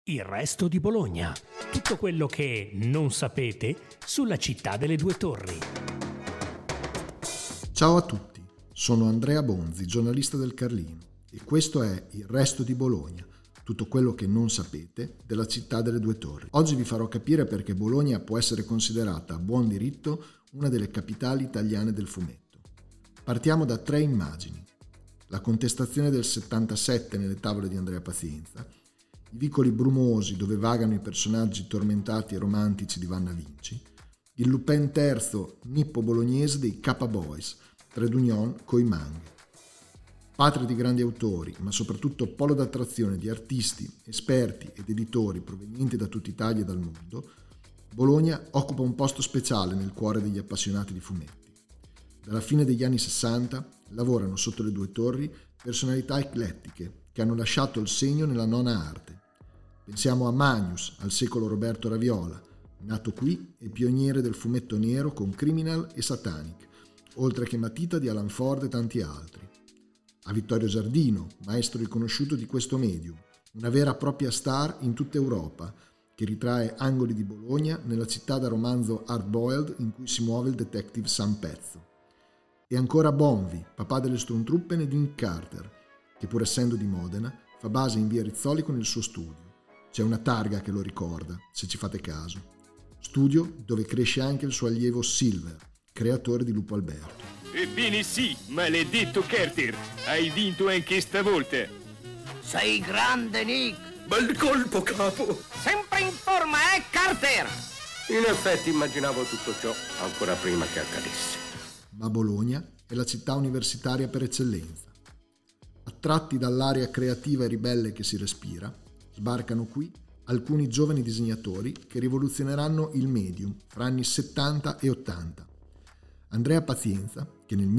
Il resto di Bologna. Tutto quello che non sapete sulla città delle due torri. Ciao a tutti, sono Andrea Bonzi, giornalista del Carlino, e questo è Il resto di Bologna. Tutto quello che non sapete della città delle due torri. Oggi vi farò capire perché Bologna può essere considerata a buon diritto una delle capitali italiane del fumetto. Partiamo da 3 immagini. La contestazione del 77 nelle tavole di Andrea Pazienza, i vicoli brumosi dove vagano i personaggi tormentati e romantici di Vanna Vinci, il Lupin III nippo-bolognese dei Kappa Boys, Trade Union coi Manghe. Patria di grandi autori, ma soprattutto polo d'attrazione di artisti, esperti ed editori provenienti da tutta Italia e dal mondo, Bologna occupa un posto speciale nel cuore degli appassionati di fumetti. Dalla fine degli anni 60 lavorano sotto le due torri personalità eclettiche che hanno lasciato il segno nella nona arte. Pensiamo a Magnus, al secolo Roberto Raviola, nato qui e pioniere del fumetto nero con Criminal e Satanic, oltre che matita di Alan Ford e tanti altri. A Vittorio Giardino, maestro riconosciuto di questo medium, una vera e propria star in tutta Europa, che ritrae angoli di Bologna nella città da romanzo hard-boiled in cui si muove il detective Sam Pezzo. E ancora Bonvi, papà delle Stormtruppen e di Nick Carter, che pur essendo di Modena, fa base in via Rizzoli con il suo studio. C'è una targa che lo ricorda, se ci fate caso. Studio dove cresce anche il suo allievo Silver, creatore di Lupo Alberto. Ebbene sì, maledetto Carter, hai vinto anche stavolta. Sei grande, Nick. Bel colpo, capo. Sempre in forma, Carter? In effetti immaginavo tutto ciò ancora prima che accadesse. Ma Bologna è la città universitaria per eccellenza. Attratti dall'aria creativa e ribelle che si respira, sbarcano qui alcuni giovani disegnatori che rivoluzioneranno il medium fra anni 70 e 80. Andrea Pazienza, che nel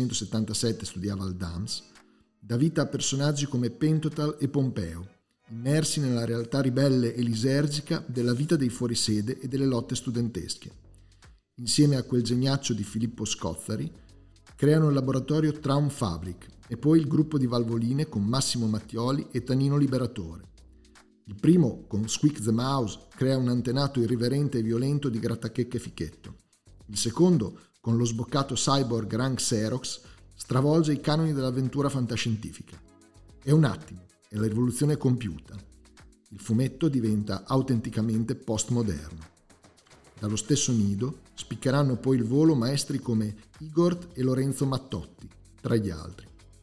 1977 studiava al DAMS, dà vita a personaggi come Pentotal e Pompeo, immersi nella realtà ribelle e lisergica della vita dei fuorisede e delle lotte studentesche. Insieme a quel geniaccio di Filippo Scozzari, creano il laboratorio Traum Fabric e poi il gruppo di Valvoline con Massimo Mattioli e Tanino Liberatore. Il primo, con Squeak the Mouse, crea un antenato irriverente e violento di Grattachecca e Fichetto. Il secondo, con lo sboccato cyborg Rank Xerox, stravolge i canoni dell'avventura fantascientifica. È un attimo e la rivoluzione è compiuta. Il fumetto diventa autenticamente postmoderno. Dallo stesso nido spiccheranno poi il volo maestri come Igor e Lorenzo Mattotti, tra gli altri.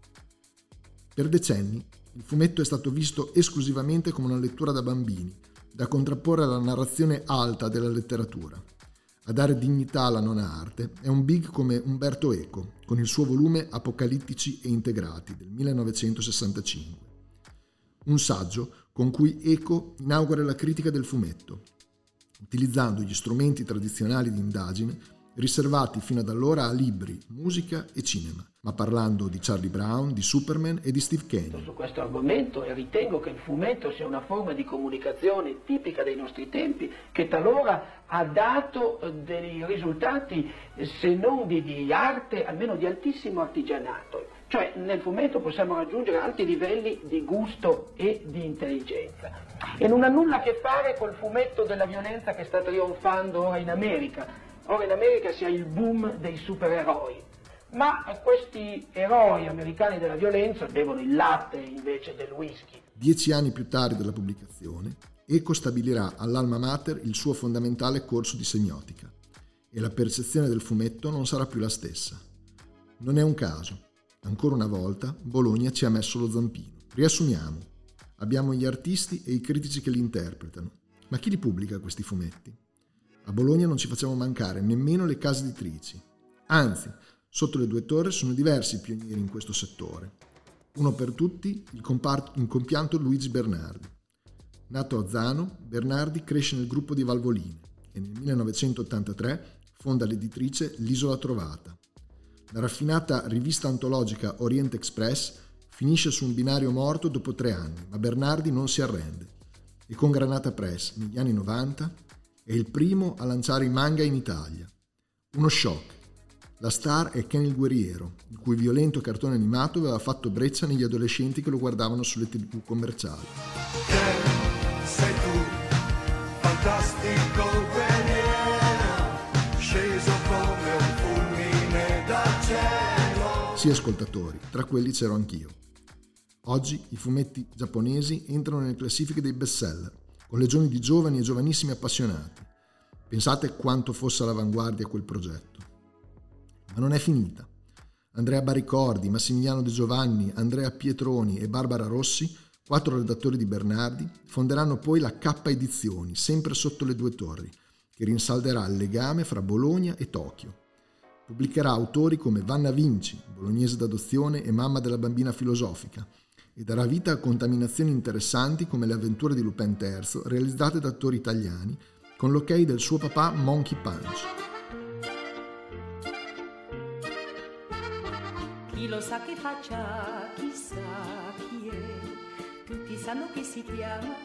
Per decenni il fumetto è stato visto esclusivamente come una lettura da bambini, da contrapporre alla narrazione alta della letteratura. A dare dignità alla nona arte è un big come Umberto Eco, con il suo volume Apocalittici e integrati del 1965. Un saggio con cui Eco inaugura la critica del fumetto, utilizzando gli strumenti tradizionali di indagine riservati fino ad allora a libri, musica e cinema, ma parlando di Charlie Brown, di Superman e di Steve Canyon. Su questo argomento ritengo che il fumetto sia una forma di comunicazione tipica dei nostri tempi che talora ha dato dei risultati se non di arte, almeno di altissimo artigianato. Cioè nel fumetto possiamo raggiungere alti livelli di gusto e di intelligenza. E non ha nulla a che fare col fumetto della violenza che sta trionfando ora in America. Ora in America si ha il boom dei supereroi. Ma questi eroi americani della violenza bevono il latte invece del whisky. 10 anni più tardi della pubblicazione, Eco stabilirà all'Alma Mater il suo fondamentale corso di semiotica e la percezione del fumetto non sarà più la stessa. Non è un caso. Ancora una volta, Bologna ci ha messo lo zampino. Riassumiamo. Abbiamo gli artisti e i critici che li interpretano. Ma chi li pubblica questi fumetti? A Bologna non ci facciamo mancare nemmeno le case editrici. Anzi, sotto le due torri sono diversi pionieri in questo settore. Uno per tutti, il compianto Luigi Bernardi. Nato a Zano, Bernardi cresce nel gruppo di Valvoline e nel 1983 fonda l'editrice L'Isola Trovata. La raffinata rivista antologica Orient Express finisce su un binario morto dopo 3 anni, ma Bernardi non si arrende e con Granata Press, negli anni 90, è il primo a lanciare i manga in Italia. Uno shock. La star è Ken il Guerriero, il cui violento cartone animato aveva fatto breccia negli adolescenti che lo guardavano sulle TV commerciali. Ken, sei antico guerriero, sceso come un fulmine dal cielo. Sì, ascoltatori, tra quelli c'ero anch'io. Oggi i fumetti giapponesi entrano nelle classifiche dei bestseller, con legioni di giovani e giovanissimi appassionati. Pensate quanto fosse all'avanguardia quel progetto. Ma non è finita. Andrea Baricordi, Massimiliano De Giovanni, Andrea Pietroni e Barbara Rossi, 4 redattori di Bernardi, fonderanno poi la K Edizioni, sempre sotto le 2 torri, che rinsalderà il legame fra Bologna e Tokyo. Pubblicherà autori come Vanna Vinci, bolognese d'adozione e mamma della bambina filosofica, e darà vita a contaminazioni interessanti come le avventure di Lupin III, realizzate da attori italiani, con l'ok del suo papà Monkey Punch. Chi lo sa che faccia, chissà chi è, tutti sanno che si chiama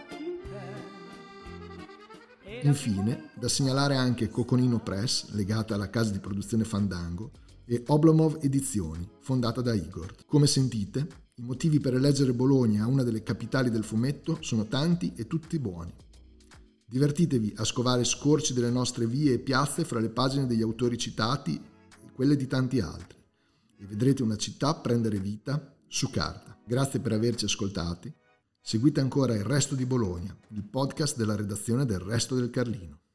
Lupin. Infine, da segnalare anche Coconino Press, legata alla casa di produzione Fandango, e Oblomov Edizioni, fondata da Igor. Come sentite, i motivi per eleggere Bologna una delle capitali del fumetto sono tanti e tutti buoni. Divertitevi a scovare scorci delle nostre vie e piazze fra le pagine degli autori citati e quelle di tanti altri, e vedrete una città prendere vita su carta. Grazie per averci ascoltati. Seguite ancora Il Resto di Bologna, il podcast della redazione del Resto del Carlino.